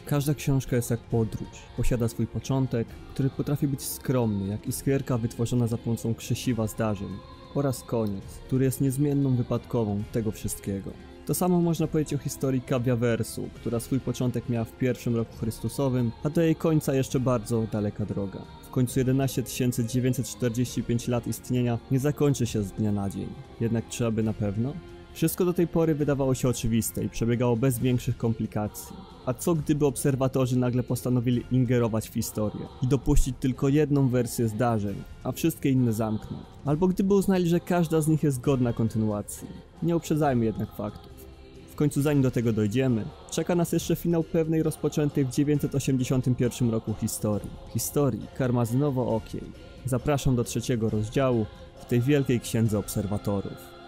Każda książka jest jak podróż. Posiada swój początek, który potrafi być skromny, jak iskierka wytworzona za pomocą krzesiwa zdarzeń, oraz koniec, który jest niezmienną wypadkową tego wszystkiego. To samo można powiedzieć o historii Kawiaversu, która swój początek miała w pierwszym roku Chrystusowym, a do jej końca jeszcze bardzo daleka droga. W końcu 11 945 lat istnienia nie zakończy się z dnia na dzień. Jednak czy aby na pewno? Wszystko do tej pory wydawało się oczywiste i przebiegało bez większych komplikacji. A co gdyby obserwatorzy nagle postanowili ingerować w historię i dopuścić tylko jedną wersję zdarzeń, a wszystkie inne zamknąć? Albo gdyby uznali, że każda z nich jest godna kontynuacji. Nie uprzedzajmy jednak faktów. W końcu zanim do tego dojdziemy, czeka nas jeszcze finał pewnej rozpoczętej w 981 roku historii. Historii Karmazynowo-Okiej. Zapraszam do 3. rozdziału w tej wielkiej księdze obserwatorów.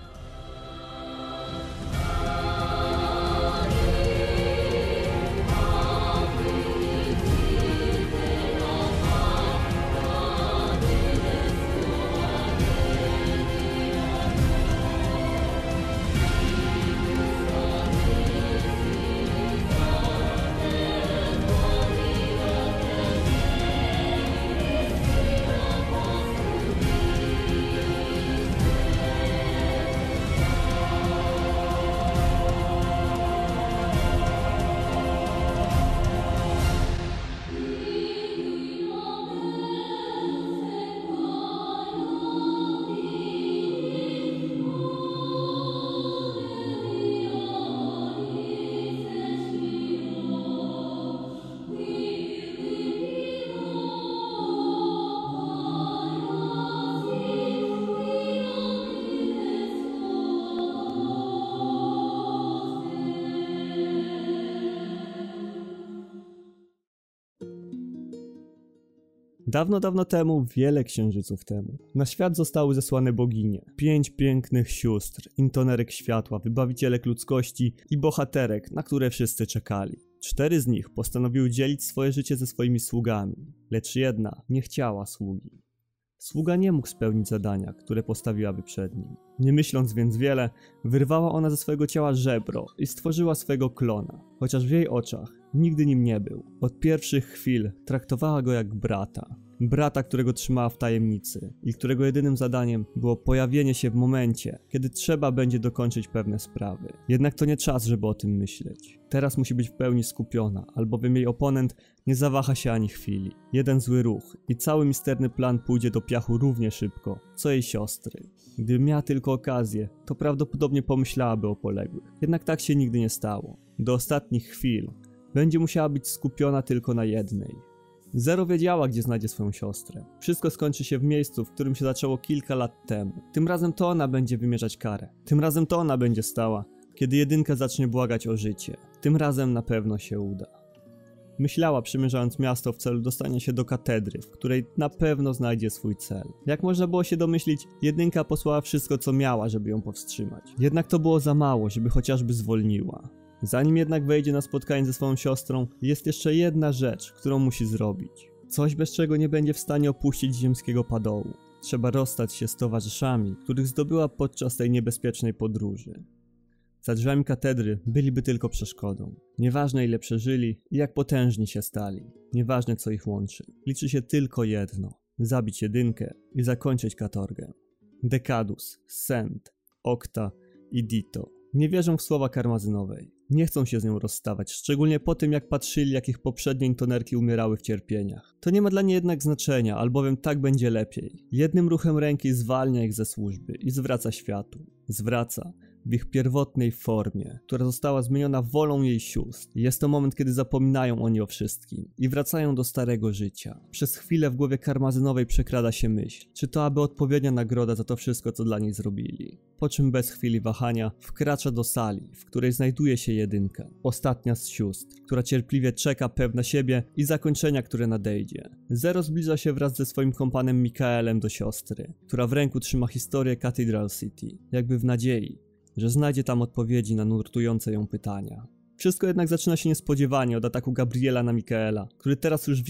Dawno, dawno temu, wiele księżyców temu, na świat zostały zesłane boginie. 5 pięknych sióstr, intonerek światła, wybawicielek ludzkości i bohaterek, na które wszyscy czekali. 4 z nich postanowiły dzielić swoje życie ze swoimi sługami, lecz jedna nie chciała sługi. Sługa nie mógł spełnić zadania, które postawiłaby przed nim. Nie myśląc więc wiele, wyrwała ona ze swojego ciała żebro i stworzyła swego klona, chociaż w jej oczach nigdy nim nie był. Od pierwszych chwil traktowała go jak brata. Brata, którego trzymała w tajemnicy i którego jedynym zadaniem było pojawienie się w momencie, kiedy trzeba będzie dokończyć pewne sprawy. Jednak to nie czas, żeby o tym myśleć. Teraz musi być w pełni skupiona, albowiem jej oponent nie zawaha się ani chwili. Jeden zły ruch i cały misterny plan pójdzie do piachu równie szybko, co jej siostry. Gdyby miała tylko okazję, to prawdopodobnie pomyślałaby o poległych. Jednak tak się nigdy nie stało. Do ostatnich chwil będzie musiała być skupiona tylko na jednej. Zero wiedziała, gdzie znajdzie swoją siostrę. Wszystko skończy się w miejscu, w którym się zaczęło kilka lat temu. Tym razem to ona będzie wymierzać karę. Tym razem to ona będzie stała, kiedy jedynka zacznie błagać o życie. Tym razem na pewno się uda. Myślała, przymierzając miasto w celu dostania się do katedry, w której na pewno znajdzie swój cel. Jak można było się domyślić, jedynka posłała wszystko, co miała, żeby ją powstrzymać. Jednak to było za mało, żeby chociażby zwolniła. Zanim jednak wejdzie na spotkanie ze swoją siostrą, jest jeszcze jedna rzecz, którą musi zrobić. Coś, bez czego nie będzie w stanie opuścić ziemskiego padołu. Trzeba rozstać się z towarzyszami, których zdobyła podczas tej niebezpiecznej podróży. Za drzwiami katedry byliby tylko przeszkodą. Nieważne, ile przeżyli i jak potężni się stali. Nieważne, co ich łączy. Liczy się tylko jedno. Zabić jedynkę i zakończyć katorgę. Decadus, Sent, Octa i Ditto nie wierzą w słowa Karmazynowej. Nie chcą się z nią rozstawać, szczególnie po tym, jak patrzyli, jak ich poprzednie intonerki umierały w cierpieniach. To nie ma dla niej jednak znaczenia, albowiem tak będzie lepiej. Jednym ruchem ręki zwalnia ich ze służby i zwraca światu. Zwraca w ich pierwotnej formie, która została zmieniona wolą jej sióstr. Jest to moment, kiedy zapominają oni o wszystkim i wracają do starego życia. Przez chwilę w głowie Karmazynowej przekrada się myśl, czy to aby odpowiednia nagroda za to wszystko, co dla niej zrobili. Po czym bez chwili wahania wkracza do sali, w której znajduje się jedynka, ostatnia z sióstr, która cierpliwie czeka pewna siebie i zakończenia, które nadejdzie. Zero zbliża się wraz ze swoim kompanem Mikaelem do siostry, która w ręku trzyma historię Cathedral City, jakby w nadziei, że znajdzie tam odpowiedzi na nurtujące ją pytania. Wszystko jednak zaczyna się niespodziewanie od ataku Gabriela na Mikaela, który teraz już wie,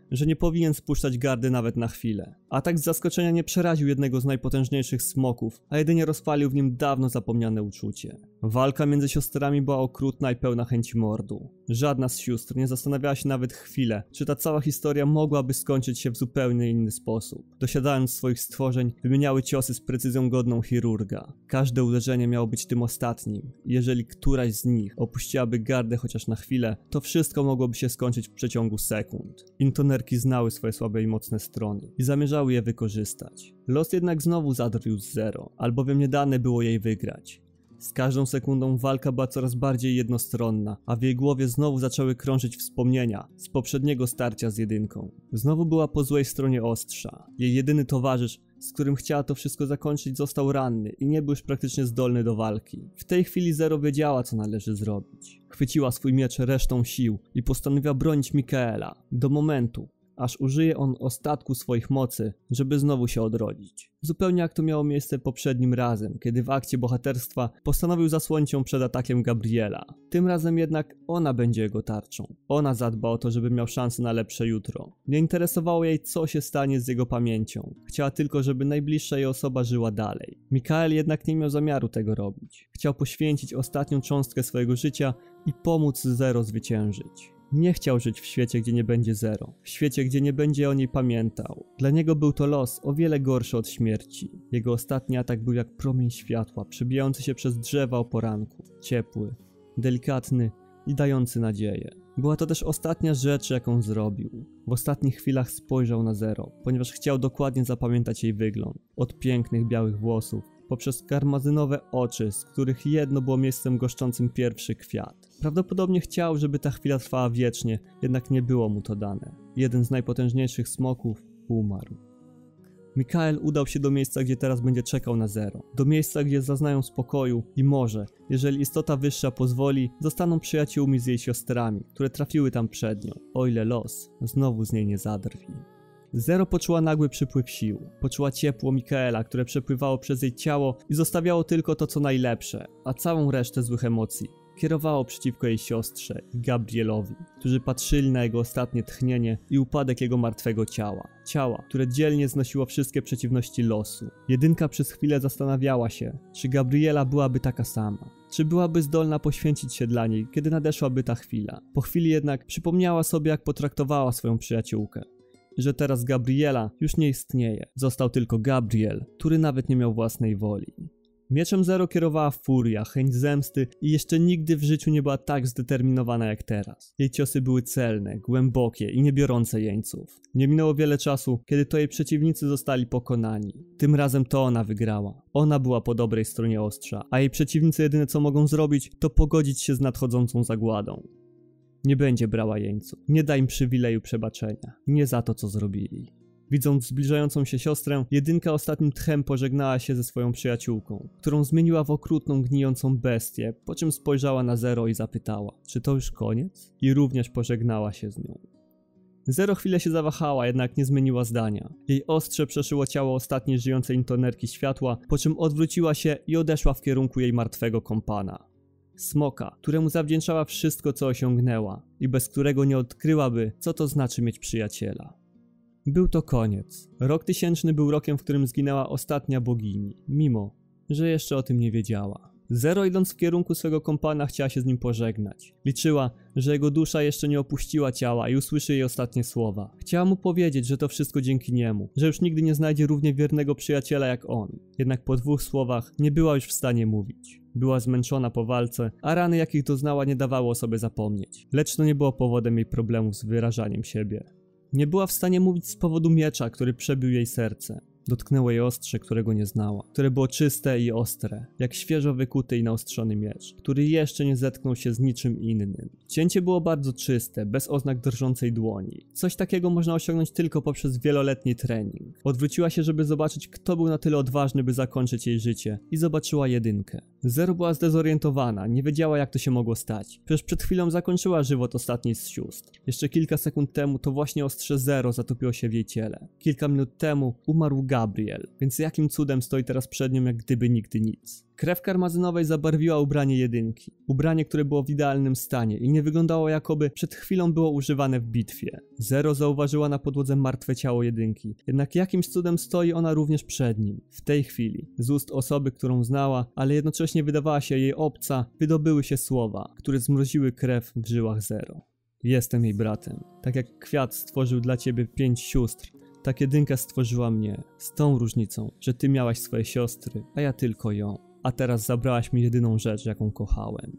że nie powinien spuszczać gardy nawet na chwilę. Atak z zaskoczenia nie przeraził jednego z najpotężniejszych smoków, a jedynie rozpalił w nim dawno zapomniane uczucie. Walka między siostrami była okrutna i pełna chęci mordu. Żadna z sióstr nie zastanawiała się nawet chwilę, czy ta cała historia mogłaby skończyć się w zupełnie inny sposób. Dosiadając swoich stworzeń, wymieniały ciosy z precyzją godną chirurga. Każde uderzenie miało być tym ostatnim. Jeżeli któraś z nich opuściłaby gardę chociaż na chwilę, to wszystko mogłoby się skończyć w przeciągu sekund. Intonerki znały swoje słabe i mocne strony i zamierzały je wykorzystać. Los jednak znowu zadrwił z Zero, albowiem nie dane było jej wygrać. Z każdą sekundą walka była coraz bardziej jednostronna, a w jej głowie znowu zaczęły krążyć wspomnienia z poprzedniego starcia z jedynką. Znowu była po złej stronie ostrza. Jej jedyny towarzysz, z którym chciała to wszystko zakończyć, został ranny i nie był już praktycznie zdolny do walki. W tej chwili Zero wiedziała, co należy zrobić. Chwyciła swój miecz resztą sił i postanowiła bronić Mikaela do momentu, aż użyje on ostatku swoich mocy, żeby znowu się odrodzić. Zupełnie jak to miało miejsce poprzednim razem, kiedy w akcie bohaterstwa postanowił zasłonić ją przed atakiem Gabriela. Tym razem jednak ona będzie jego tarczą. Ona zadba o to, żeby miał szansę na lepsze jutro. Nie interesowało jej, co się stanie z jego pamięcią. Chciała tylko, żeby najbliższa jej osoba żyła dalej. Mikael jednak nie miał zamiaru tego robić. Chciał poświęcić ostatnią cząstkę swojego życia i pomóc Zero zwyciężyć. Nie chciał żyć w świecie, gdzie nie będzie Zero. W świecie, gdzie nie będzie o niej pamiętał. Dla niego był to los o wiele gorszy od śmierci. Jego ostatni atak był jak promień światła, przebijający się przez drzewa o poranku. Ciepły, delikatny i dający nadzieję. Była to też ostatnia rzecz, jaką zrobił. W ostatnich chwilach spojrzał na Zero, ponieważ chciał dokładnie zapamiętać jej wygląd. Od pięknych białych włosów, poprzez karmazynowe oczy, z których jedno było miejscem goszczącym pierwszy kwiat. Prawdopodobnie chciał, żeby ta chwila trwała wiecznie, jednak nie było mu to dane. Jeden z najpotężniejszych smoków umarł. Mikael udał się do miejsca, gdzie teraz będzie czekał na Zero. Do miejsca, gdzie zaznają spokoju i może, jeżeli istota wyższa pozwoli, zostaną przyjaciółmi z jej siostrami, które trafiły tam przed nią, o ile los znowu z niej nie zadrwi. Zero poczuła nagły przypływ sił. Poczuła ciepło Mikaela, które przepływało przez jej ciało i zostawiało tylko to, co najlepsze, a całą resztę złych emocji kierowało przeciwko jej siostrze i Gabrielowi, którzy patrzyli na jego ostatnie tchnienie i upadek jego martwego ciała. Ciała, które dzielnie znosiło wszystkie przeciwności losu. Jedynka przez chwilę zastanawiała się, czy Gabriela byłaby taka sama. Czy byłaby zdolna poświęcić się dla niej, kiedy nadeszłaby ta chwila. Po chwili jednak przypomniała sobie, jak potraktowała swoją przyjaciółkę. Że teraz Gabriela już nie istnieje. Został tylko Gabriel, który nawet nie miał własnej woli. Mieczem Zero kierowała furia, chęć zemsty i jeszcze nigdy w życiu nie była tak zdeterminowana jak teraz. Jej ciosy były celne, głębokie i nie biorące jeńców. Nie minęło wiele czasu, kiedy to jej przeciwnicy zostali pokonani. Tym razem to ona wygrała. Ona była po dobrej stronie ostrza, a jej przeciwnicy jedyne co mogą zrobić, to pogodzić się z nadchodzącą zagładą. Nie będzie brała jeńców. Nie da im przywileju przebaczenia. Nie za to, co zrobili. Widząc zbliżającą się siostrę, jedynka ostatnim tchem pożegnała się ze swoją przyjaciółką, którą zmieniła w okrutną, gnijącą bestię, po czym spojrzała na Zero i zapytała, czy to już koniec? I również pożegnała się z nią. Zero chwilę się zawahała, jednak nie zmieniła zdania. Jej ostrze przeszyło ciało ostatniej żyjącej intonerki światła, po czym odwróciła się i odeszła w kierunku jej martwego kompana. Smoka, któremu zawdzięczała wszystko, co osiągnęła i bez którego nie odkryłaby, co to znaczy mieć przyjaciela. Był to koniec. Rok 1000 był rokiem, w którym zginęła ostatnia bogini, mimo że jeszcze o tym nie wiedziała. Zero, idąc w kierunku swego kompana, chciała się z nim pożegnać. Liczyła, że jego dusza jeszcze nie opuściła ciała i usłyszy jej ostatnie słowa. Chciała mu powiedzieć, że to wszystko dzięki niemu, że już nigdy nie znajdzie równie wiernego przyjaciela jak on. Jednak po 2 słowach nie była już w stanie mówić. Była zmęczona po walce, a rany, jakich doznała, nie dawało o sobie zapomnieć. Lecz to nie było powodem jej problemów z wyrażaniem siebie. Nie była w stanie mówić z powodu miecza, który przebił jej serce. Dotknęło jej ostrze, którego nie znała, które było czyste i ostre, jak świeżo wykuty i naostrzony miecz, który jeszcze nie zetknął się z niczym innym. Cięcie było bardzo czyste, bez oznak drżącej dłoni. Coś takiego można osiągnąć tylko poprzez wieloletni trening. Odwróciła się, żeby zobaczyć, kto był na tyle odważny, by zakończyć jej życie, i zobaczyła jedynkę. Zero była zdezorientowana, nie wiedziała, jak to się mogło stać. Przecież przed chwilą zakończyła żywot ostatniej z sióstr. Jeszcze kilka sekund temu to właśnie ostrze Zero zatopiło się w jej ciele. Kilka minut temu umarł Gabriel, Gabriel, więc jakim cudem stoi teraz przed nią jak gdyby nigdy nic. Krew karmazynowej zabarwiła ubranie jedynki. Ubranie, które było w idealnym stanie i nie wyglądało jakoby przed chwilą było używane w bitwie. Zero zauważyła na podłodze martwe ciało jedynki, jednak jakimś cudem stoi ona również przed nim. W tej chwili, z ust osoby, którą znała, ale jednocześnie wydawała się jej obca, wydobyły się słowa, które zmroziły krew w żyłach Zero. Jestem jej bratem. Tak jak kwiat stworzył dla ciebie 5 sióstr, tak jedynka stworzyła mnie. Z tą różnicą, że ty miałaś swoje siostry, a ja tylko ją. A teraz zabrałaś mi jedyną rzecz, jaką kochałem.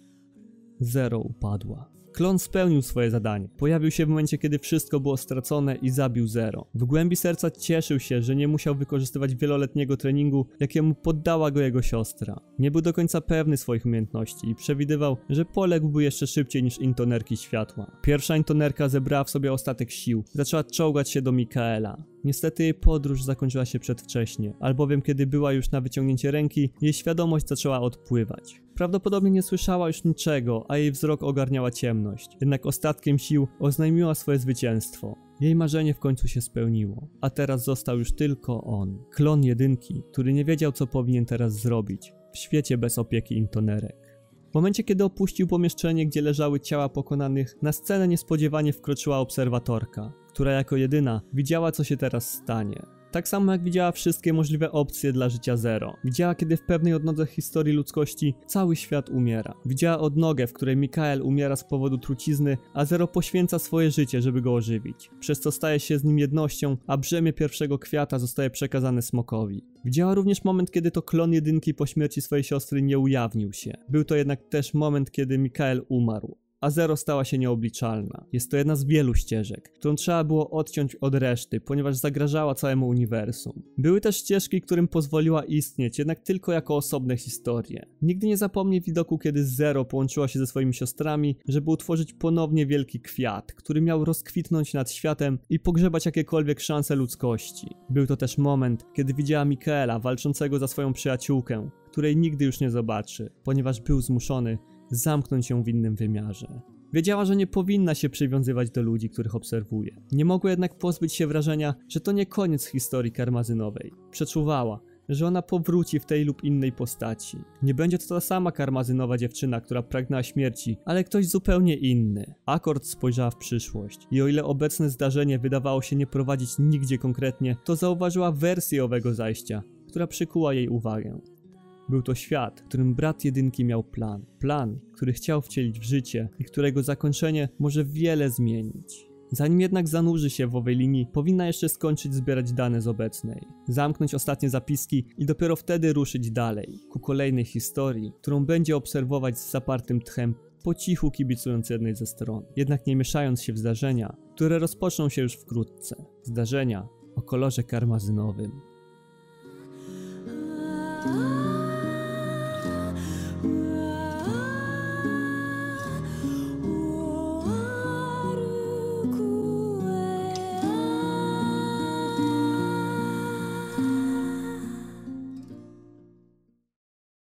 Zero upadła. Klon spełnił swoje zadanie. Pojawił się w momencie, kiedy wszystko było stracone i zabił Zero. W głębi serca cieszył się, że nie musiał wykorzystywać wieloletniego treningu, jakiemu poddała go jego siostra. Nie był do końca pewny swoich umiejętności i przewidywał, że poległby jeszcze szybciej niż intonerki światła. Pierwsza intonerka zebrała w sobie ostatek sił. Zaczęła czołgać się do Mikaela. Niestety jej podróż zakończyła się przedwcześnie, albowiem kiedy była już na wyciągnięcie ręki, jej świadomość zaczęła odpływać. Prawdopodobnie nie słyszała już niczego, a jej wzrok ogarniała ciemność. Jednak ostatkiem sił oznajmiła swoje zwycięstwo. Jej marzenie w końcu się spełniło, a teraz został już tylko on. Klon jedynki, który nie wiedział, co powinien teraz zrobić w świecie bez opieki intonerek. W momencie, kiedy opuścił pomieszczenie, gdzie leżały ciała pokonanych, na scenę niespodziewanie wkroczyła obserwatorka, która jako jedyna widziała, co się teraz stanie. Tak samo jak widziała wszystkie możliwe opcje dla życia Zero. Widziała, kiedy w pewnej odnodze historii ludzkości cały świat umiera. Widziała odnogę, w której Mikael umiera z powodu trucizny, a Zero poświęca swoje życie, żeby go ożywić. Przez co staje się z nim jednością, a brzemię pierwszego kwiata zostaje przekazane Smokowi. Widziała również moment, kiedy to klon jedynki po śmierci swojej siostry nie ujawnił się. Był to jednak też moment, kiedy Mikael umarł, a Zero stała się nieobliczalna. Jest to jedna z wielu ścieżek, którą trzeba było odciąć od reszty, ponieważ zagrażała całemu uniwersum. Były też ścieżki, którym pozwoliła istnieć, jednak tylko jako osobne historie. Nigdy nie zapomnę widoku, kiedy Zero połączyła się ze swoimi siostrami, żeby utworzyć ponownie wielki kwiat, który miał rozkwitnąć nad światem i pogrzebać jakiekolwiek szanse ludzkości. Był to też moment, kiedy widziała Mikaela walczącego za swoją przyjaciółkę, której nigdy już nie zobaczy, ponieważ był zmuszony zamknąć ją w innym wymiarze. Wiedziała, że nie powinna się przywiązywać do ludzi, których obserwuje. Nie mogła jednak pozbyć się wrażenia, że to nie koniec historii karmazynowej. Przeczuwała, że ona powróci w tej lub innej postaci. Nie będzie to ta sama karmazynowa dziewczyna, która pragnęła śmierci, ale ktoś zupełnie inny. Akord spojrzała w przyszłość i o ile obecne zdarzenie wydawało się nie prowadzić nigdzie konkretnie, to zauważyła wersję owego zajścia, która przykuła jej uwagę. Był to świat, w którym brat jedynki miał plan. Plan, który chciał wcielić w życie i którego zakończenie może wiele zmienić. Zanim jednak zanurzy się w owej linii, powinna jeszcze skończyć zbierać dane z obecnej. Zamknąć ostatnie zapiski i dopiero wtedy ruszyć dalej, ku kolejnej historii, którą będzie obserwować z zapartym tchem, po cichu kibicując jednej ze stron. Jednak nie mieszając się w zdarzenia, które rozpoczną się już wkrótce. Zdarzenia o kolorze karmazynowym.